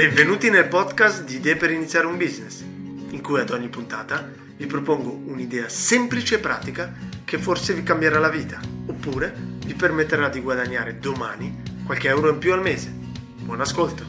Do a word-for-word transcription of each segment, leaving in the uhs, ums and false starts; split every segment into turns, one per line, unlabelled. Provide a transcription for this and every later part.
Benvenuti nel podcast di Idee per iniziare un business, in cui ad ogni puntata vi propongo un'idea semplice e pratica che forse vi cambierà la vita, oppure vi permetterà di guadagnare domani qualche euro in più al mese. Buon ascolto!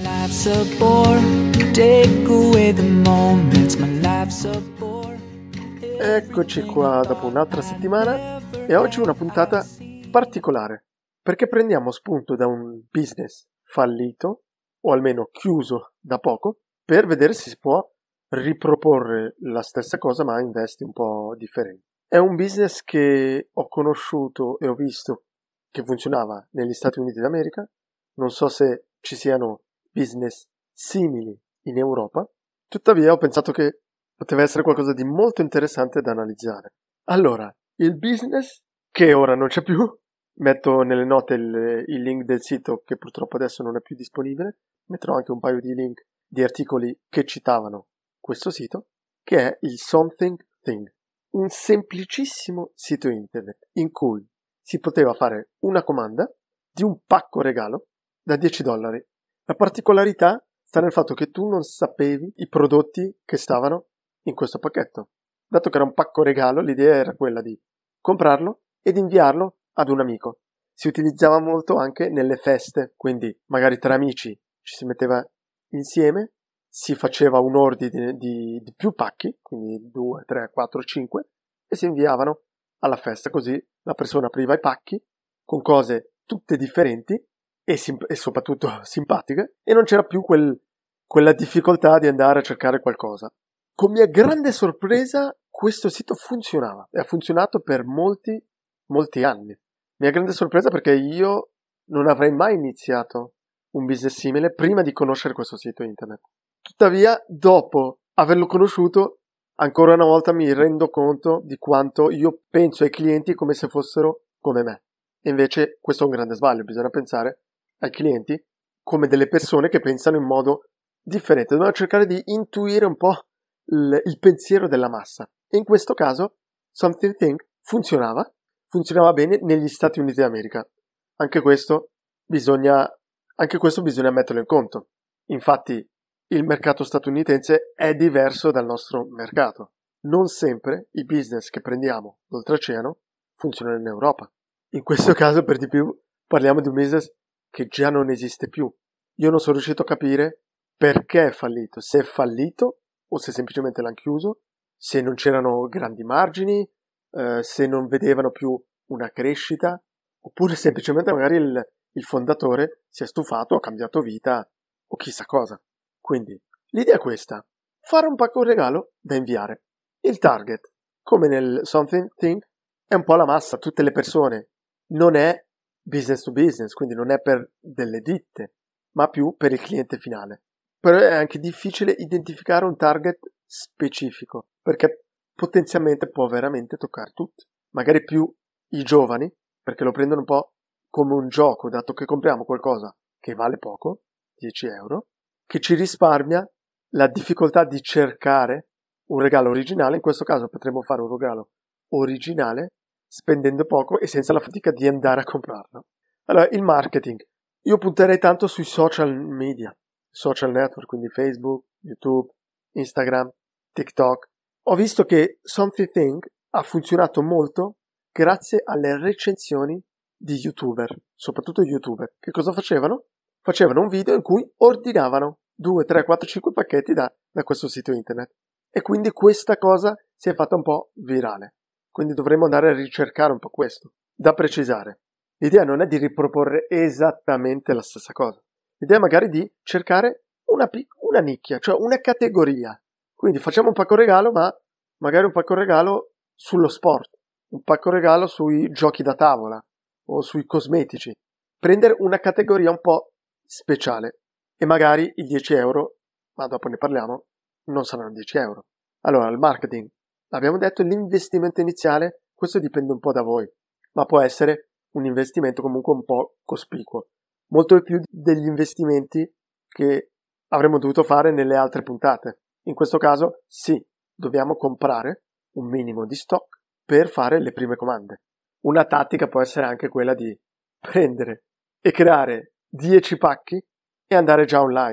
Eccoci qua dopo un'altra settimana e oggi una puntata particolare, perché prendiamo spunto da un business fallito, o almeno chiuso da poco, per vedere se si può riproporre la stessa cosa ma in vesti un po' differenti. È un business che ho conosciuto e ho visto che funzionava negli Stati Uniti d'America. Non so se ci siano business simili in Europa, tuttavia ho pensato che poteva essere qualcosa di molto interessante da analizzare. Allora, il business, che ora non c'è più, metto nelle note il, il link del sito che purtroppo adesso non è più disponibile, metterò anche un paio di link di articoli che citavano questo sito, che è il Something Thing, un semplicissimo sito internet in cui si poteva fare una comanda di un pacco regalo da dieci dollari. La particolarità sta nel fatto che tu non sapevi i prodotti che stavano in questo pacchetto. Dato che era un pacco regalo, l'idea era quella di comprarlo ed inviarlo ad un amico. Si utilizzava molto anche nelle feste, quindi magari tra amici ci si metteva insieme, si faceva un ordine di, di più pacchi, quindi due, tre, quattro, cinque, e si inviavano alla festa, così la persona apriva i pacchi con cose tutte differenti e, sim- e soprattutto simpatiche, e non c'era più quel, quella difficoltà di andare a cercare qualcosa. Con mia grande sorpresa questo sito funzionava e ha funzionato per molti, molti anni. Mia grande sorpresa perché io non avrei mai iniziato un business simile prima di conoscere questo sito internet. Tuttavia, dopo averlo conosciuto, ancora una volta mi rendo conto di quanto io penso ai clienti come se fossero come me. E invece questo è un grande sbaglio, bisogna pensare ai clienti come delle persone che pensano in modo differente. Dobbiamo cercare di intuire un po' il, il pensiero della massa. E in questo caso, Something Thing funzionava, funzionava bene negli Stati Uniti d'America. Anche questo bisogna Anche questo bisogna metterlo in conto. Infatti, il mercato statunitense è diverso dal nostro mercato. Non sempre i business che prendiamo d'oltreoceano funzionano in Europa. In questo caso, per di più, parliamo di un business che già non esiste più. Io non sono riuscito a capire perché è fallito. Se è fallito o se semplicemente l'hanno chiuso, se non c'erano grandi margini, eh, se non vedevano più una crescita, oppure semplicemente magari il il fondatore si è stufato, ha cambiato vita o chissà cosa. Quindi l'idea è questa: fare un pacco regalo da inviare. Il target, come nel Something Thing, è un po' la massa, tutte le persone. Non è business to business, quindi non è per delle ditte, ma più per il cliente finale. Però è anche difficile identificare un target specifico, perché potenzialmente può veramente toccare tutti. Magari più i giovani, perché lo prendono un po' come un gioco, dato che compriamo qualcosa che vale poco, dieci euro, che ci risparmia la difficoltà di cercare un regalo originale. In questo caso potremmo fare un regalo originale spendendo poco e senza la fatica di andare a comprarlo. Allora, il marketing. Io punterei tanto sui social media, social network, quindi Facebook, YouTube, Instagram, TikTok. Ho visto che Something Thing ha funzionato molto grazie alle recensioni di youtuber, soprattutto youtuber. Che cosa facevano? Facevano un video in cui ordinavano due, tre, quattro, cinque pacchetti da, da questo sito internet, e quindi questa cosa si è fatta un po' virale. Quindi dovremmo andare a ricercare un po' questo. Da precisare, l'idea non è di riproporre esattamente la stessa cosa, l'idea è magari di cercare una, una nicchia, cioè una categoria. Quindi facciamo un pacco regalo, ma magari un pacco regalo sullo sport, un pacco regalo sui giochi da tavola o sui cosmetici. Prendere una categoria un po' speciale, e magari i dieci euro, ma dopo ne parliamo, non saranno dieci euro. Allora, il marketing, abbiamo detto, l'investimento iniziale, questo dipende un po' da voi, ma può essere un investimento comunque un po' cospicuo, molto più degli investimenti che avremmo dovuto fare nelle altre puntate. In questo caso, sì, dobbiamo comprare un minimo di stock per fare le prime comande. Una tattica può essere anche quella di prendere e creare dieci pacchi e andare già online.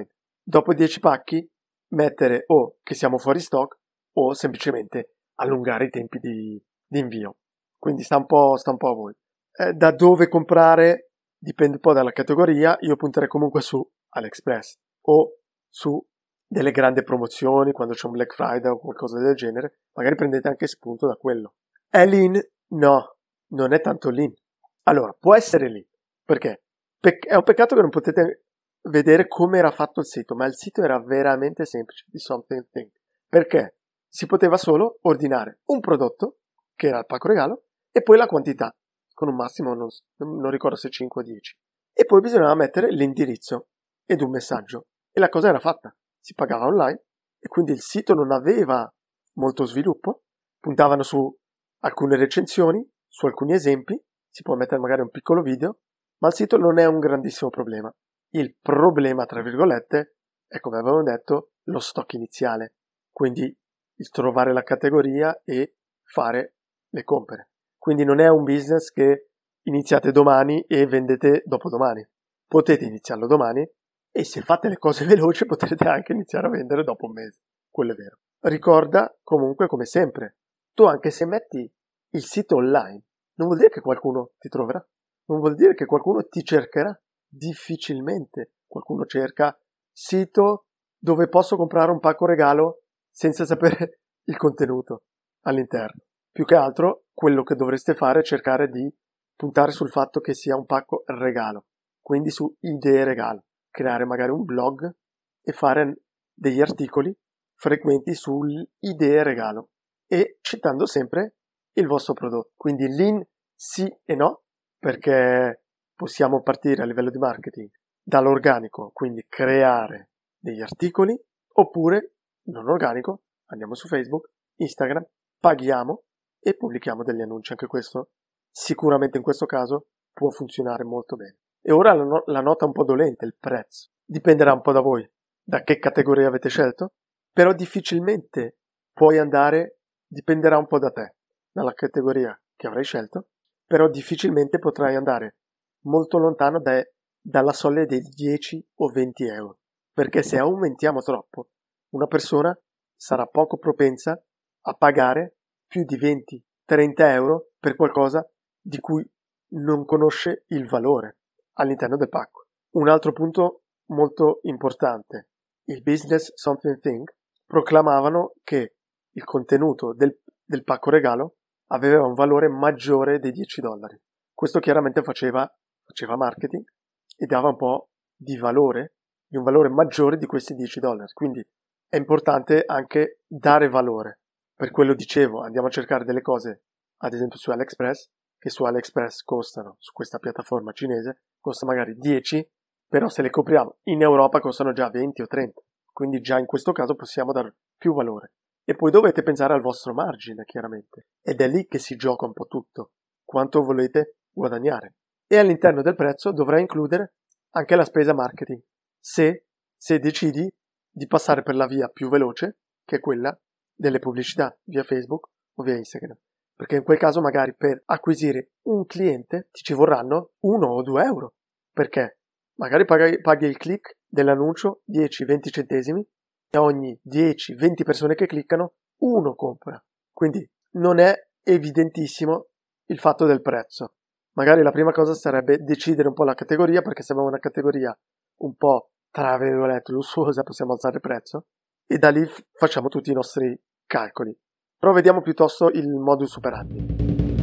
dopo dieci pacchi mettere o che siamo fuori stock o semplicemente allungare i tempi di, di invio. Quindi sta un po', sta un po' a voi. Eh, da dove comprare dipende un po' dalla categoria. Io punterei comunque su AliExpress o su delle grandi promozioni quando c'è un Black Friday o qualcosa del genere. Magari prendete anche spunto da quello. È lean? No, non è tanto lean. Allora, può essere lean. Perché? Pe- è un peccato che non potete vedere come era fatto il sito, ma il sito era veramente semplice di Something Thing. Perché? Si poteva solo ordinare un prodotto, che era il pacco regalo, e poi la quantità, con un massimo, non, non ricordo se cinque o dieci. E poi bisognava mettere l'indirizzo ed un messaggio. E la cosa era fatta. Si pagava online, e quindi il sito non aveva molto sviluppo. Puntavano su alcune recensioni, su alcuni esempi, si può mettere magari un piccolo video, ma il sito non è un grandissimo problema. Il problema, tra virgolette, è, come avevamo detto, lo stock iniziale. Quindi il trovare la categoria e fare le compere. Quindi non è un business che iniziate domani e vendete dopodomani. Potete iniziarlo domani e se fate le cose veloci potrete anche iniziare a vendere dopo un mese. Quello è vero. Ricorda comunque, come sempre, tu anche se metti il sito online, non vuol dire che qualcuno ti troverà. Non vuol dire che qualcuno ti cercherà. Difficilmente qualcuno cerca sito dove posso comprare un pacco regalo senza sapere il contenuto all'interno. Più che altro, quello che dovreste fare è cercare di puntare sul fatto che sia un pacco regalo, quindi su idee regalo, creare magari un blog e fare degli articoli frequenti sulle idee regalo e citando sempre il vostro prodotto. Quindi lean sì e no, perché possiamo partire a livello di marketing dall'organico, quindi creare degli articoli, oppure non organico, andiamo su Facebook, Instagram, paghiamo e pubblichiamo degli annunci. Anche questo sicuramente in questo caso può funzionare molto bene. E ora la, no- la nota un po' dolente, il prezzo. Dipenderà un po' da voi, da che categoria avete scelto, però difficilmente puoi andare, dipenderà un po' da te, dalla categoria che avrai scelto, però difficilmente potrai andare molto lontano da, dalla soglia dei dieci o venti euro, perché se aumentiamo troppo, una persona sarà poco propensa a pagare più di venti trenta euro per qualcosa di cui non conosce il valore all'interno del pacco. Un altro punto molto importante, il business Something Thing proclamavano che il contenuto del, del pacco regalo aveva un valore maggiore dei dieci dollari. Questo chiaramente faceva, faceva marketing e dava un po' di valore, di un valore maggiore di questi dieci dollari. Quindi è importante anche dare valore. Per quello dicevo, andiamo a cercare delle cose, ad esempio su AliExpress, che su AliExpress costano, su questa piattaforma cinese, costa magari dieci, però se le compriamo in Europa costano già venti o trenta. Quindi già in questo caso possiamo dare più valore. E poi dovete pensare al vostro margine, chiaramente. Ed è lì che si gioca un po' tutto. Quanto volete guadagnare. E all'interno del prezzo dovrai includere anche la spesa marketing. Se, se decidi di passare per la via più veloce, che è quella delle pubblicità via Facebook o via Instagram. Perché in quel caso magari per acquisire un cliente ti ci vorranno uno o due euro. Perché? Magari paghi, paghi il click dell'annuncio dieci venti centesimi e ogni dieci venti persone che cliccano uno compra. Quindi non è evidentissimo il fatto del prezzo. Magari la prima cosa sarebbe decidere un po' la categoria, perché se abbiamo una categoria un po' tra virgolette lussuosa possiamo alzare il prezzo e da lì f- facciamo tutti i nostri calcoli. Però vediamo piuttosto il modus operandi.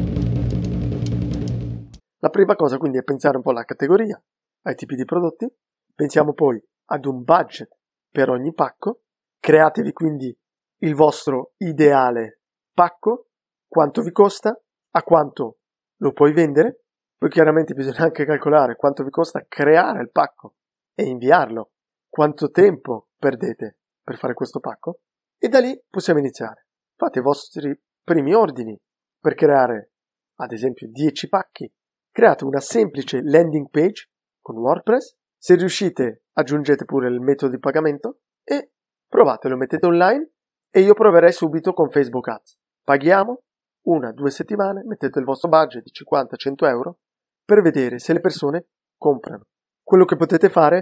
La prima cosa quindi è pensare un po' alla categoria, ai tipi di prodotti, pensiamo poi ad un budget per ogni pacco, createvi quindi il vostro ideale pacco, quanto vi costa, a quanto lo puoi vendere, poi chiaramente bisogna anche calcolare quanto vi costa creare il pacco e inviarlo, quanto tempo perdete per fare questo pacco e da lì possiamo iniziare. Fate i vostri primi ordini per creare ad esempio dieci pacchi, create una semplice landing page con WordPress, se riuscite aggiungete pure il metodo di pagamento e provatelo, mettete online e io proverei subito con Facebook Ads. Paghiamo una, due settimane, mettete il vostro budget di cinquanta cento euro per vedere se le persone comprano. Quello che potete fare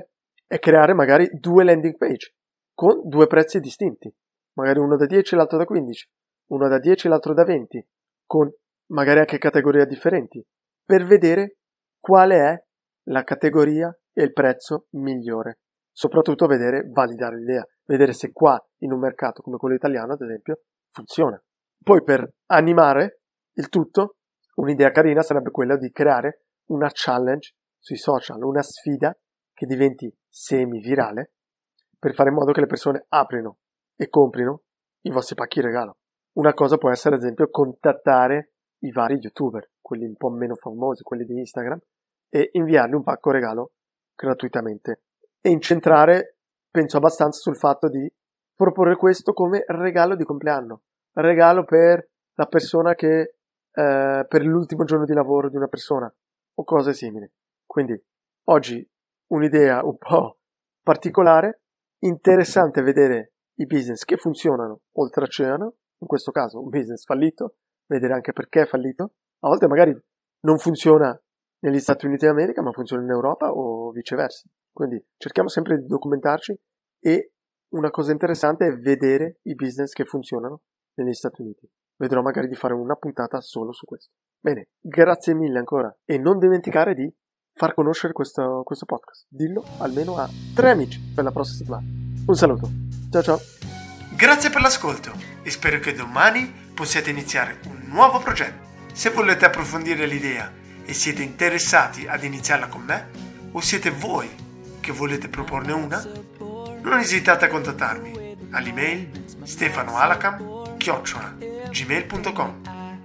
è creare magari due landing page con due prezzi distinti, magari uno da dieci e l'altro da quindici, uno da dieci e l'altro da venti, con magari anche categorie differenti, per vedere quale è la categoria e il prezzo migliore. Soprattutto vedere, validare l'idea, vedere se qua in un mercato come quello italiano, ad esempio, funziona. Poi per animare il tutto, un'idea carina sarebbe quella di creare una challenge sui social, una sfida che diventi semi-virale per fare in modo che le persone aprino e comprino i vostri pacchi regalo. Una cosa può essere, ad esempio, contattare i vari youtuber, quelli un po' meno famosi, quelli di Instagram, e inviargli un pacco regalo gratuitamente. E incentrare, penso, abbastanza sul fatto di proporre questo come regalo di compleanno, regalo per la persona che, eh, per l'ultimo giorno di lavoro di una persona, o cose simili. Quindi, oggi un'idea un po' particolare, interessante vedere i business che funzionano oltreoceano, in questo caso un business fallito, vedere anche perché è fallito. A volte magari non funziona negli Stati Uniti d'America, ma funziona in Europa o viceversa. Quindi cerchiamo sempre di documentarci, e una cosa interessante è vedere i business che funzionano negli Stati Uniti. Vedrò magari di fare una puntata solo su questo. Bene, grazie mille ancora, e non dimenticare di far conoscere questo, questo podcast. Dillo almeno a tre amici per la prossima settimana. Un saluto, ciao ciao. Grazie per l'ascolto e spero che domani possiate iniziare un nuovo progetto. Se volete approfondire l'idea e siete interessati ad iniziarla con me, o siete voi che volete proporne una, non esitate a contattarmi all'email stefanoalacam chiocciola gmail punto com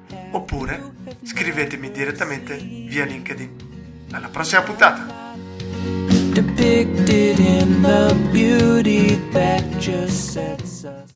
oppure scrivetemi direttamente via LinkedIn. Alla prossima puntata! Depicted in the beauty that just sets us